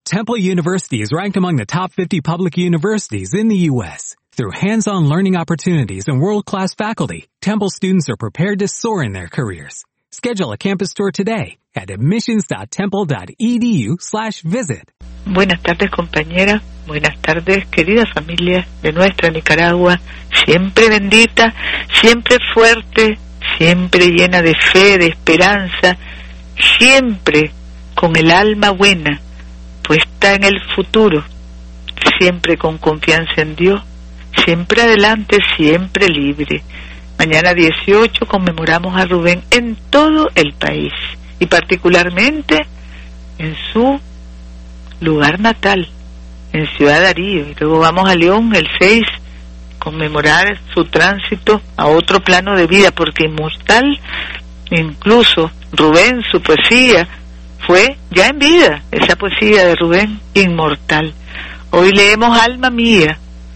Temple University is ranked among the top 50 public universities in the U.S. Through hands-on learning opportunities and world-class faculty, Temple students are prepared to soar in their careers. Schedule a campus tour today at admissions.temple.edu/visit. Buenas tardes, compañera. Buenas tardes, querida familia de nuestra Nicaragua, siempre bendita, siempre fuerte, siempre llena de fe, de esperanza, siempre con el alma buena, puesta en el futuro, siempre con confianza en Dios, siempre adelante, siempre libre. Mañana 18 conmemoramos a Rubén en todo el país y particularmente en su lugar natal, en Ciudad Darío, y luego vamos a León el 6 conmemorar su tránsito a otro plano de vida, porque inmortal, incluso Rubén, su poesía fue ya en vida, esa poesía de Rubén, inmortal. Hoy leemos Alma Mía,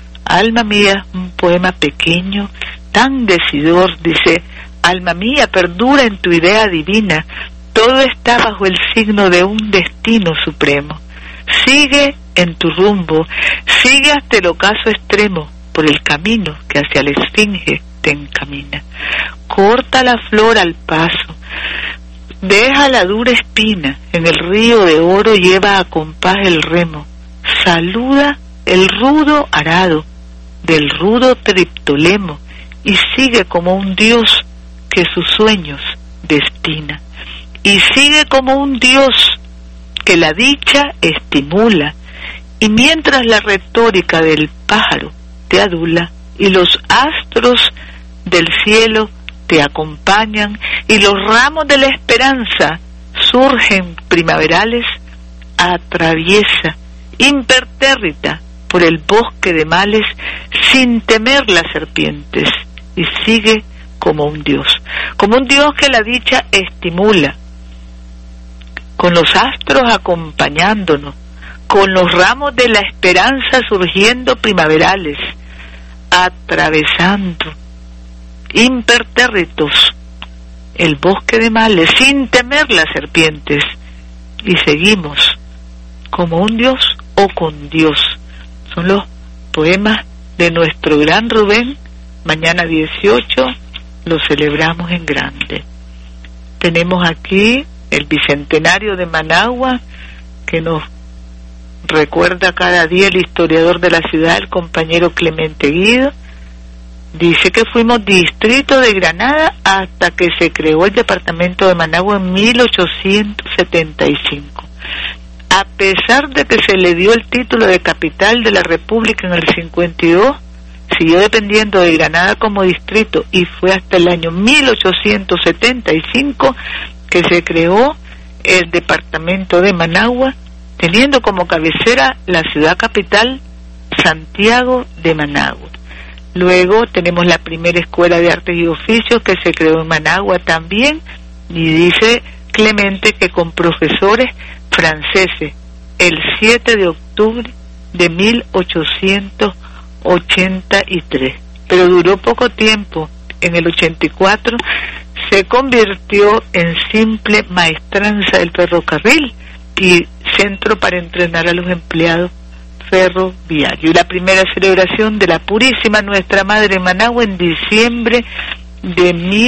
un poema pequeño, tan decidor. Dice: alma mía, perdura en tu idea divina, todo está bajo el signo de un destino supremo. Sigue en tu rumbo, sigue hasta el ocaso extremo, por el camino que hacia la esfinge te encamina. Corta la flor al paso, deja la dura espina, en el río de oro lleva a compás el remo. Saluda el rudo arado del rudo Triptolemo y sigue como un dios que sus sueños destina. Y sigue como un dios que la dicha estimula, y mientras la retórica del pájaro te adula y los astros del cielo te acompañan y los ramos de la esperanza surgen primaverales, atraviesa impertérrita por el bosque de males sin temer las serpientes y sigue como un dios que la dicha estimula, con los astros acompañándonos, con los ramos de la esperanza surgiendo primaverales, atravesando impertérritos el bosque de males sin temer las serpientes, y seguimos como un dios o con Dios. Son los poemas de nuestro gran Rubén. Mañana 18 lo celebramos en grande. Tenemos aquí el bicentenario de Managua, que nos recuerda cada día el historiador de la ciudad, el compañero Clemente Guido. Dice que fuimos distrito de Granada hasta que se creó el departamento de Managua en 1875. A pesar de que se le dio el título de capital de la República en el 52, siguió dependiendo de Granada como distrito, y fue hasta el año 1875 que se creó el departamento de Managua, teniendo como cabecera la ciudad capital, Santiago de Managua. Luego tenemos la primera escuela de artes y oficios que se creó en Managua también, y dice Clemente que con profesores franceses el 7 de octubre de 1883, pero duró poco tiempo. En el 84 se convirtió en simple maestranza del ferrocarril y centro para entrenar a los empleados ferroviarios. Y la primera celebración de la Purísima Nuestra Madre en Managua en diciembre de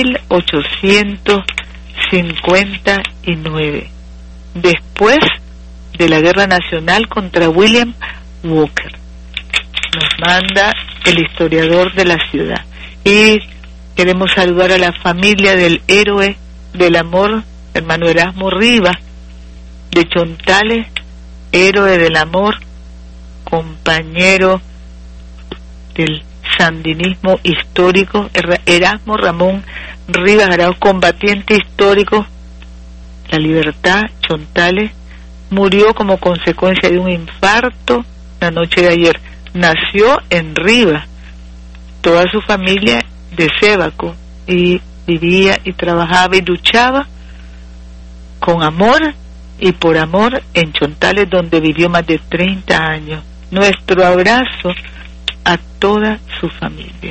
1859, después de la Guerra Nacional contra William Walker. Nos manda el historiador de la ciudad. Y queremos saludar a la familia del héroe del amor, hermano Erasmo Rivas, de Chontales, héroe del amor, compañero del sandinismo histórico, Erasmo Ramón Rivas Grau, combatiente histórico, la libertad, Chontales, murió como consecuencia de un infarto la noche de ayer. Nació en Rivas, toda su familia de Sébaco, y vivía y trabajaba y luchaba con amor y por amor en Chontales, donde vivió más de 30 años. Nuestro abrazo a toda su familia.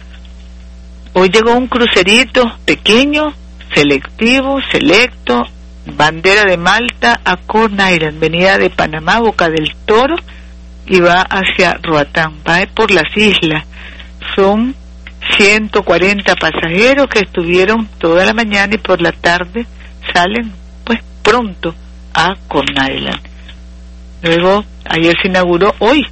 Hoy llegó un crucerito pequeño, selectivo, selecto, bandera de Malta a Corn Island, venida de Panamá, Boca del Toro, y va hacia Roatán, va por las islas. Son 140 pasajeros que estuvieron toda la mañana y por la tarde salen pues pronto a Corn Island. Luego ayer se inauguró hoy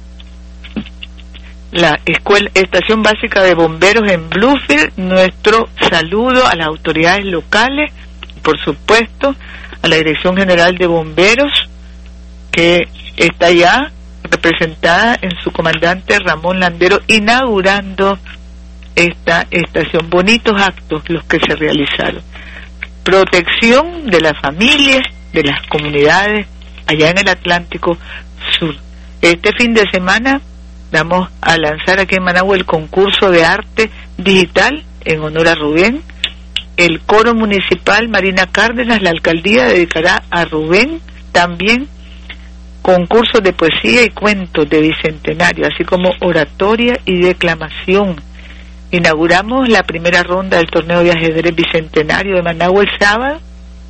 la estación básica de bomberos en Bluefield. Nuestro saludo a las autoridades locales, por supuesto a la Dirección General de Bomberos, que está ya representada en su comandante Ramón Landero, inaugurando esta estación. Bonitos actos los que se realizaron. Protección de las familias, de las comunidades allá en el Atlántico Sur. Este fin de semana vamos a lanzar aquí en Managua el concurso de arte digital en honor a Rubén. El coro municipal Marina Cárdenas, la alcaldía, dedicará a Rubén. También concursos de poesía y cuentos de bicentenario, así como oratoria y declamación. Inauguramos la primera ronda del torneo de ajedrez bicentenario de Managua el sábado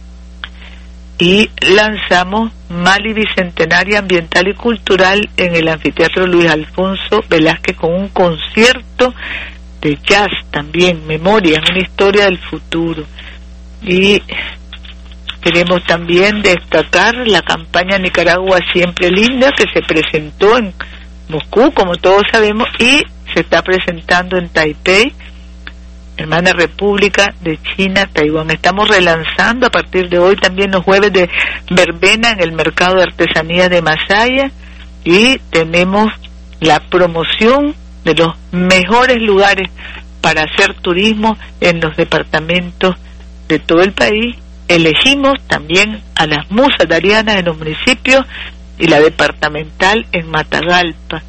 y lanzamos Mali Bicentenaria Ambiental y Cultural en el Anfiteatro Luis Alfonso Velázquez con un concierto de jazz también, Memorias, una historia del futuro. Y queremos también destacar la campaña Nicaragua Siempre Linda, que se presentó en Moscú, como todos sabemos, y se está presentando en Taipei, hermana República de China, Taiwán. Estamos relanzando a partir de hoy también los jueves de verbena en el mercado de artesanía de Masaya, y tenemos la promoción de los mejores lugares para hacer turismo en los departamentos de todo el país. Elegimos también a las musas darianas en los municipios y la departamental en Matagalpa.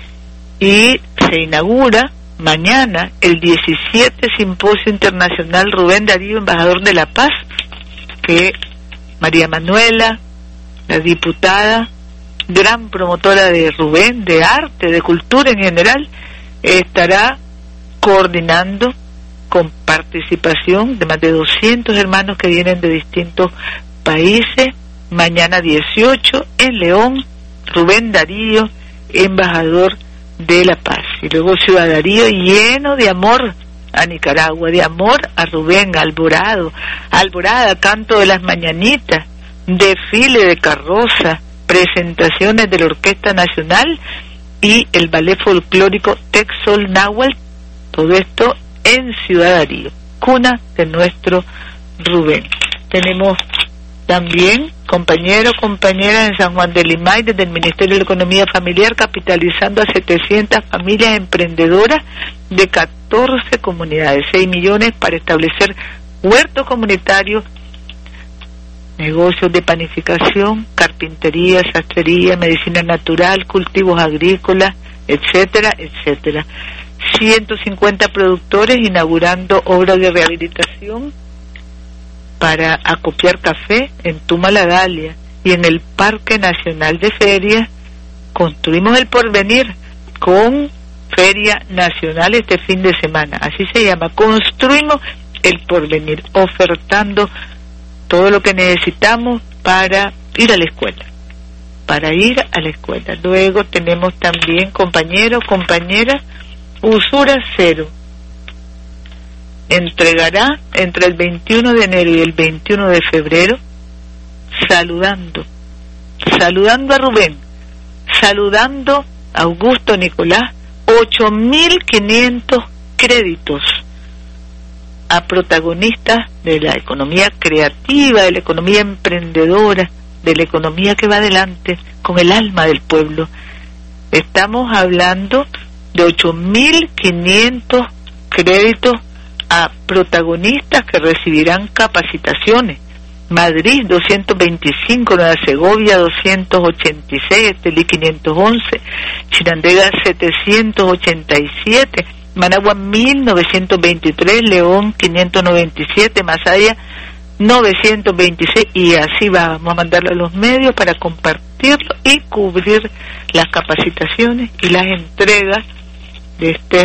Y se inaugura mañana el 17 Simposio Internacional Rubén Darío, Embajador de la Paz, que María Manuela, la diputada, gran promotora de Rubén, de arte, de cultura en general, estará coordinando con participación de más de 200 hermanos que vienen de distintos países. Mañana 18 en León, Rubén Darío, embajador de la paz. Y luego Ciudad Darío, lleno de amor a Nicaragua, de amor a Rubén, Alborada, canto de las mañanitas, desfile de carroza, presentaciones de la Orquesta Nacional y el ballet folclórico Texol Nahuel, todo esto en Ciudad Darío, cuna de nuestro Rubén. Tenemos también compañeros, compañeras en San Juan de Limay, desde el Ministerio de la Economía Familiar, capitalizando a 700 familias emprendedoras de 14 comunidades, 6 millones para establecer huertos comunitarios, negocios de panificación, carpintería, sastrería, medicina natural, cultivos agrícolas, etcétera, etcétera. 150 productores inaugurando obras de rehabilitación para acopiar café en Tumalagalia, y en el Parque Nacional de Ferias construimos el porvenir con Feria Nacional este fin de semana, así se llama, construimos el porvenir, ofertando todo lo que necesitamos para ir a la escuela, Luego tenemos también, compañeros, compañeras, Usura Cero entregará entre el 21 de enero y el 21 de febrero, saludando a Rubén, saludando a Augusto Nicolás, 8.500 créditos a protagonistas de la economía creativa, de la economía emprendedora, de la economía que va adelante con el alma del pueblo. Estamos hablando de 8.500 créditos a protagonistas que recibirán capacitaciones. Madrid 225, Nueva Segovia 286, Estelí 511, Chinandega 787, Managua 1923, León 597, Masaya 926, y así vamos a mandarlo a los medios para compartirlo y cubrir las capacitaciones y las entregas de este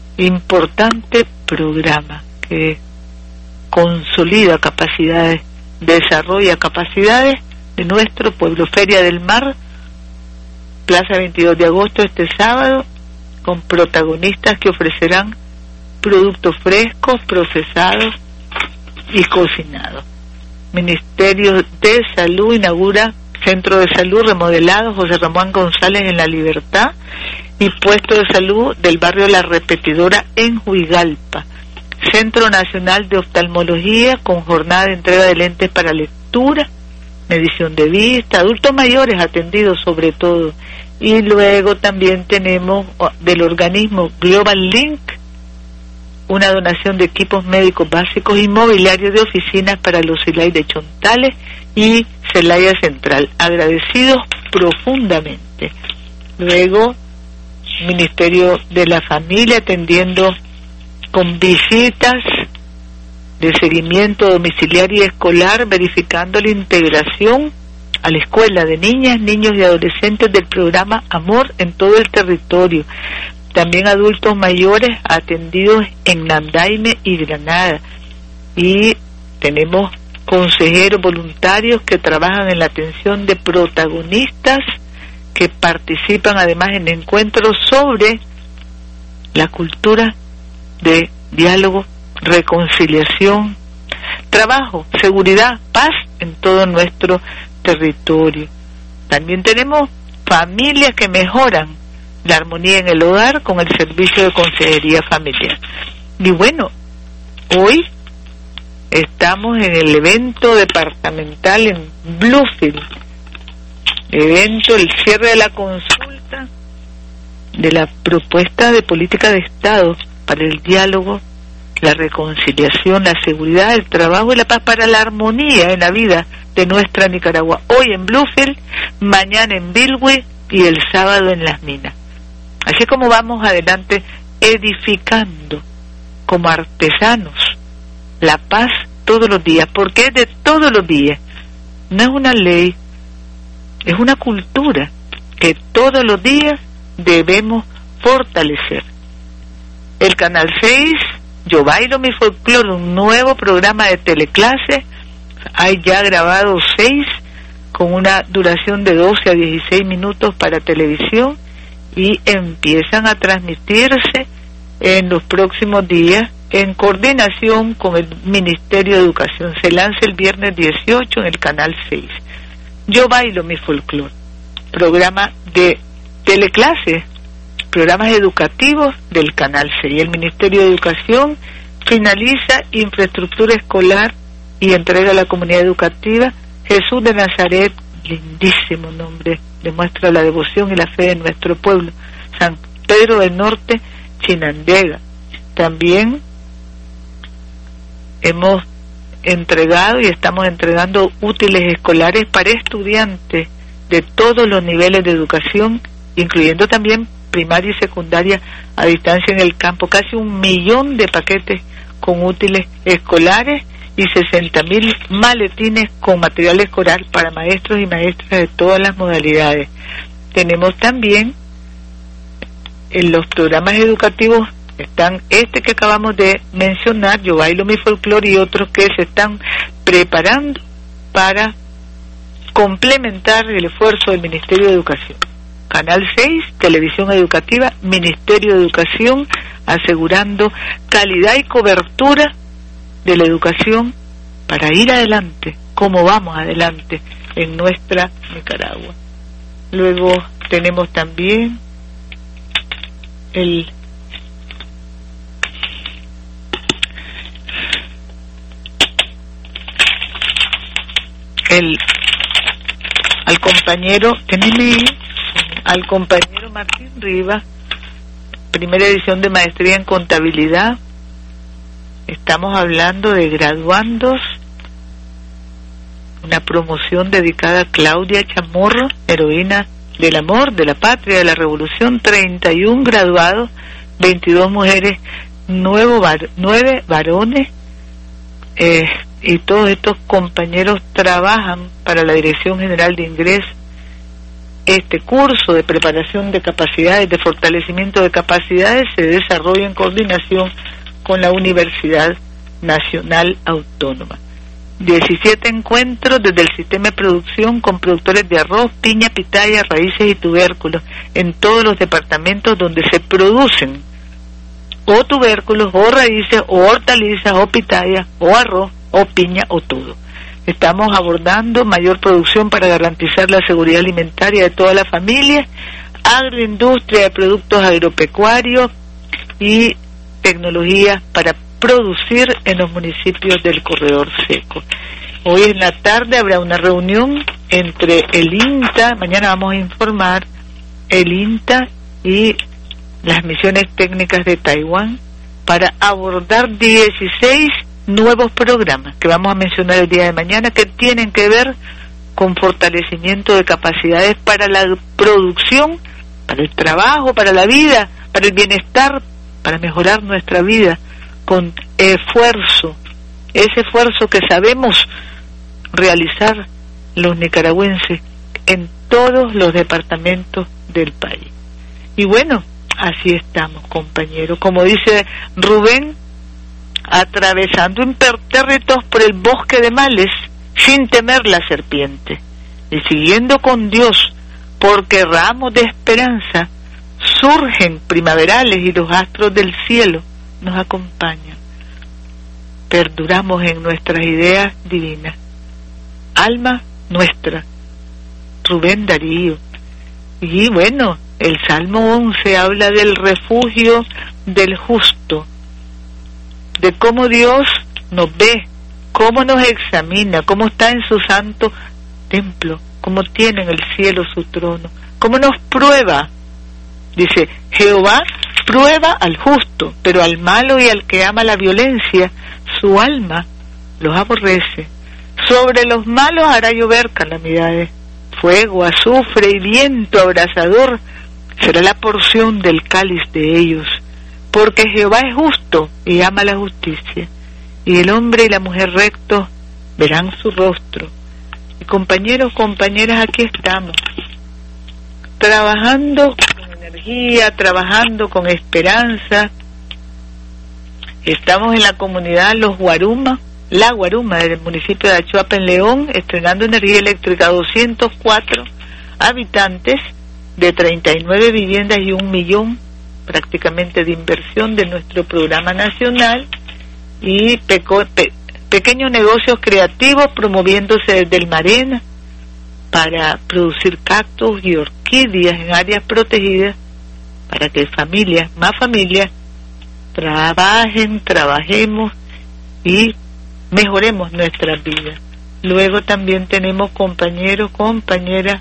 importante programa que consolida capacidades desarrolla capacidades de nuestro pueblo. Feria del Mar, Plaza 22 de agosto, este sábado, con protagonistas que ofrecerán productos frescos, procesados y cocinados. Ministerio de Salud inaugura Centro de Salud remodelado José Ramón González en La Libertad y Puesto de Salud del barrio La Repetidora en Huigalpa. Centro Nacional de Oftalmología con jornada de entrega de lentes para lectura, medición de vista, adultos mayores atendidos sobre todo. Y luego también tenemos del organismo Global Link una donación de equipos médicos básicos y mobiliario de oficinas para los Silay de Chontales y Celaya Central. Agradecidos profundamente. Luego, Ministerio de la Familia atendiendo con visitas de seguimiento domiciliario y escolar, verificando la integración a la escuela de niñas, niños y adolescentes del programa Amor en todo el territorio. También adultos mayores atendidos en Nandaime y Granada. Y tenemos consejeros voluntarios que trabajan en la atención de protagonistas que participan además en encuentros sobre la cultura de diálogo, reconciliación, trabajo, seguridad, paz en todo nuestro territorio. También tenemos familias que mejoran la armonía en el hogar con el servicio de consejería familiar. Y bueno, hoy estamos en el evento departamental en Bluefield, el cierre de la consulta de la propuesta de política de Estado para el diálogo, la reconciliación, la seguridad, el trabajo y la paz para la armonía en la vida de nuestra Nicaragua. Hoy en Bluefield, mañana en Bilwi y el sábado en Las Minas. Así como vamos adelante edificando como artesanos la paz todos los días, porque es de todos los días, no es una ley, es una cultura que todos los días debemos fortalecer. El Canal 6, Yo Bailo Mi Folclore, un nuevo programa de teleclase, hay ya grabado 6 con una duración de 12 a 16 minutos para televisión y empiezan a transmitirse en los próximos días en coordinación con el Ministerio de Educación. Se lanza el viernes 18 en el Canal 6. Yo Bailo Mi Folclore, programa de teleclase, programas educativos del Canal 6. El Ministerio de Educación finaliza infraestructura escolar y entrega a la comunidad educativa Jesús de Nazaret, lindísimo nombre, demuestra la devoción y la fe de nuestro pueblo. San Pedro del Norte, Chinandega. También hemos entregado y estamos entregando útiles escolares para estudiantes de todos los niveles de educación, incluyendo también primaria y secundaria a distancia en el campo. Casi 1 millón de paquetes con útiles escolares y 60,000 maletines con material escolar para maestros y maestras de todas las modalidades. Tenemos también en los programas educativos están este que acabamos de mencionar, Yo Bailo Mi Folclore, y otros que se están preparando para complementar el esfuerzo del Ministerio de Educación. Canal 6, Televisión Educativa, Ministerio de Educación, asegurando calidad y cobertura de la educación para ir adelante, como vamos adelante en nuestra Nicaragua. Luego tenemos también al compañero Martín Rivas, primera edición de maestría en contabilidad. Estamos hablando de graduandos, una promoción dedicada a Claudia Chamorro, heroína del amor, de la patria, de la revolución. 31 graduados, 22 mujeres, 9 varones, y todos estos compañeros trabajan para la Dirección General de Ingreso. Este curso de preparación de capacidades, de fortalecimiento de capacidades, se desarrolla en coordinación con la Universidad Nacional Autónoma. 17 encuentros desde el sistema de producción con productores de arroz, piña, pitaya, raíces y tubérculos en todos los departamentos donde se producen o tubérculos, o raíces, o hortalizas, o pitaya, o arroz, o piña, o todo. Estamos abordando mayor producción para garantizar la seguridad alimentaria de toda la familia, agroindustria de productos agropecuarios y tecnología para producir en los municipios del corredor seco. Hoy en la tarde habrá una reunión entre el INTA, mañana vamos a informar, el INTA y las misiones técnicas de Taiwán para abordar 16 nuevos programas que vamos a mencionar el día de mañana, que tienen que ver con fortalecimiento de capacidades para la producción, para el trabajo, para la vida, para el bienestar, para mejorar nuestra vida con esfuerzo, ese esfuerzo que sabemos realizar los nicaragüenses en todos los departamentos del país. Y bueno, así estamos, compañeros. Como dice Rubén, atravesando impertérritos por el bosque de males, sin temer la serpiente, y siguiendo con Dios, porque ramos de esperanza surgen primaverales y los astros del cielo nos acompañan. Perduramos en nuestras ideas divinas. Alma nuestra, Rubén Darío. Y bueno, el Salmo 11 habla del refugio del justo, de cómo Dios nos ve, cómo nos examina, cómo está en su santo templo, cómo tiene en el cielo su trono, cómo nos prueba. Dice, Jehová prueba al justo, pero al malo y al que ama la violencia, su alma los aborrece. Sobre los malos hará llover calamidades, fuego, azufre y viento abrasador será la porción del cáliz de ellos, porque Jehová es justo y ama la justicia, y el hombre y la mujer rectos verán su rostro. Y compañeros, compañeras, aquí estamos, trabajando con energía, trabajando con esperanza. Estamos en la comunidad Los Guaruma, La Guaruma, del municipio de Achuapa, en León, estrenando energía eléctrica a 204 habitantes de 39 viviendas y 1 millón prácticamente de inversión de nuestro programa nacional, y pequeños negocios creativos promoviéndose desde el Marena para producir cactus y orquídeas en áreas protegidas para que familias, más familias, trabajemos y mejoremos nuestras vidas. Luego también tenemos compañeros, compañeras,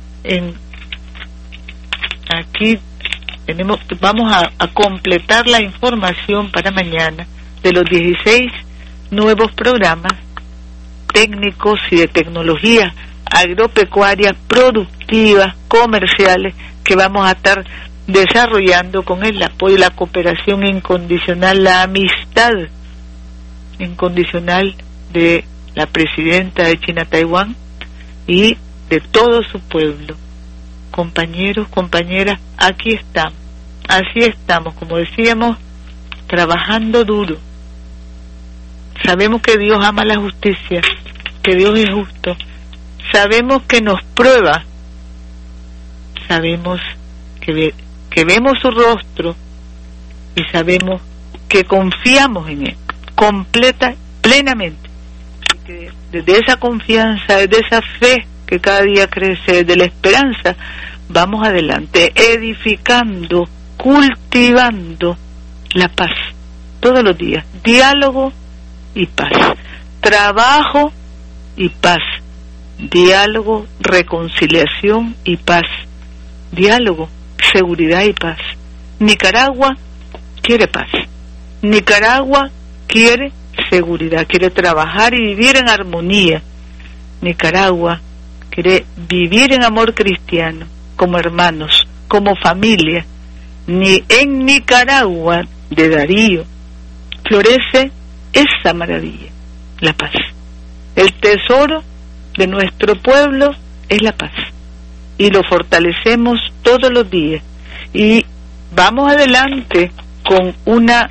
aquí vamos a completar la información para mañana de los 16 nuevos programas técnicos y de tecnología agropecuaria, productivas, comerciales, que vamos a estar desarrollando con el apoyo, la cooperación incondicional, la amistad incondicional de la presidenta de China Taiwán y de todo su pueblo. Compañeros, compañeras, aquí estamos, así estamos, como decíamos, trabajando duro. Sabemos que Dios ama la justicia, que Dios es justo, sabemos que nos prueba, sabemos que vemos su rostro y sabemos que confiamos en Él, plenamente, y que desde esa confianza, desde esa fe que cada día crece, desde la esperanza, vamos adelante, edificando, cultivando la paz, todos los días, diálogo y paz, trabajo y paz, diálogo, reconciliación y paz, diálogo, seguridad y paz. Nicaragua quiere paz, Nicaragua quiere seguridad, quiere trabajar y vivir en armonía. Nicaragua quiere vivir en amor cristiano, como hermanos, como familia. Ni en Nicaragua de Darío florece esa maravilla, la paz. El tesoro de nuestro pueblo es la paz, y lo fortalecemos todos los días, y vamos adelante con una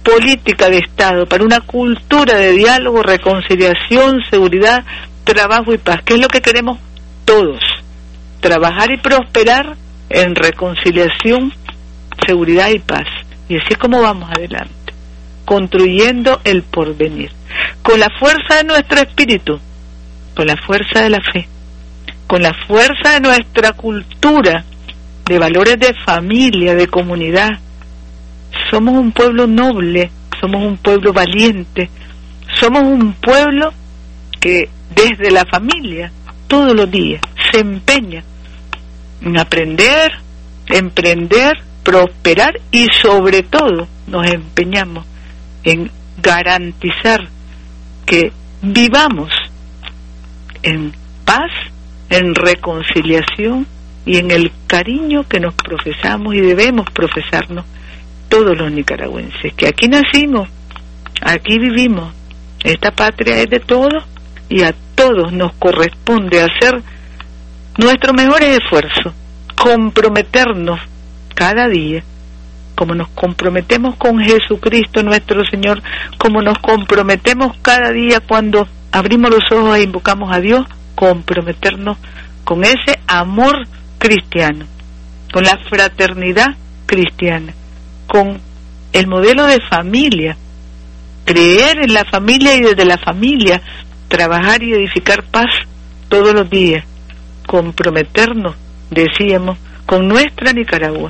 política de Estado, para una cultura de diálogo, reconciliación, seguridad, trabajo y paz, que es lo que queremos todos, trabajar y prosperar en reconciliación, seguridad y paz. Y así es como vamos adelante, construyendo el porvenir, con la fuerza de nuestro espíritu, con la fuerza de la fe, con la fuerza de nuestra cultura, de valores de familia, de comunidad. Somos un pueblo noble, somos un pueblo valiente, somos un pueblo que desde la familia todos los días se empeña en aprender, emprender, prosperar y sobre todo nos empeñamos en garantizar que vivamos en paz, en reconciliación y en el cariño que nos profesamos y debemos profesarnos todos los nicaragüenses, que aquí nacimos, aquí vivimos, esta patria es de todos y a todos nos corresponde hacer nuestros mejores esfuerzos, comprometernos cada día, como nos comprometemos con Jesucristo nuestro Señor, como nos comprometemos cada día cuando abrimos los ojos e invocamos a Dios, comprometernos con ese amor cristiano, con la fraternidad cristiana, con el modelo de familia, creer en la familia y desde la familia trabajar y edificar paz todos los días, comprometernos, decíamos, con nuestra Nicaragua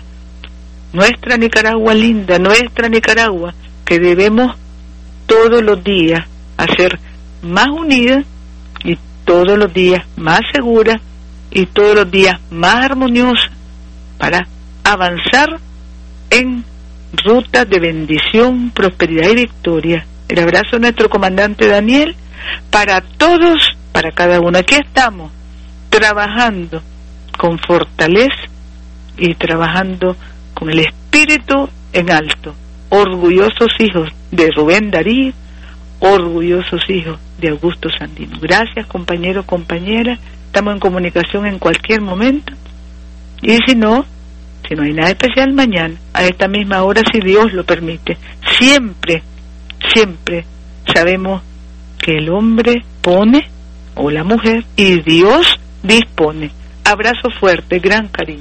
linda, nuestra Nicaragua que debemos todos los días hacer más unida y todos los días más segura y todos los días más armoniosa para avanzar en rutas de bendición, prosperidad y victoria. El abrazo de nuestro comandante Daniel para todos, para cada uno. Aquí estamos trabajando con fortaleza y trabajando con el espíritu en alto, orgullosos hijos de Rubén Darío, orgullosos hijos de Augusto Sandino. Gracias, compañeros, compañeras, estamos en comunicación en cualquier momento, y si no hay nada especial, mañana a esta misma hora, si Dios lo permite. Siempre sabemos que el hombre pone, o la mujer, y Dios dispone. Abrazo fuerte, gran cariño.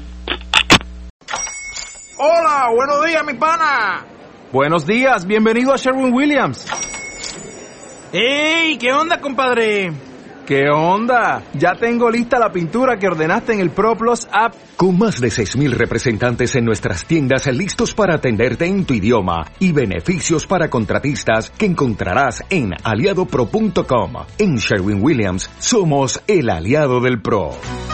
Hola, buenos días, mi pana. Buenos días, bienvenido a Sherwin-Williams. ¡Ey! ¿Qué onda, compadre? ¿Qué onda? Ya tengo lista la pintura que ordenaste en el ProPlus app. Con más de 6,000 representantes en nuestras tiendas listos para atenderte en tu idioma y beneficios para contratistas que encontrarás en aliadopro.com. En Sherwin-Williams somos el aliado del pro.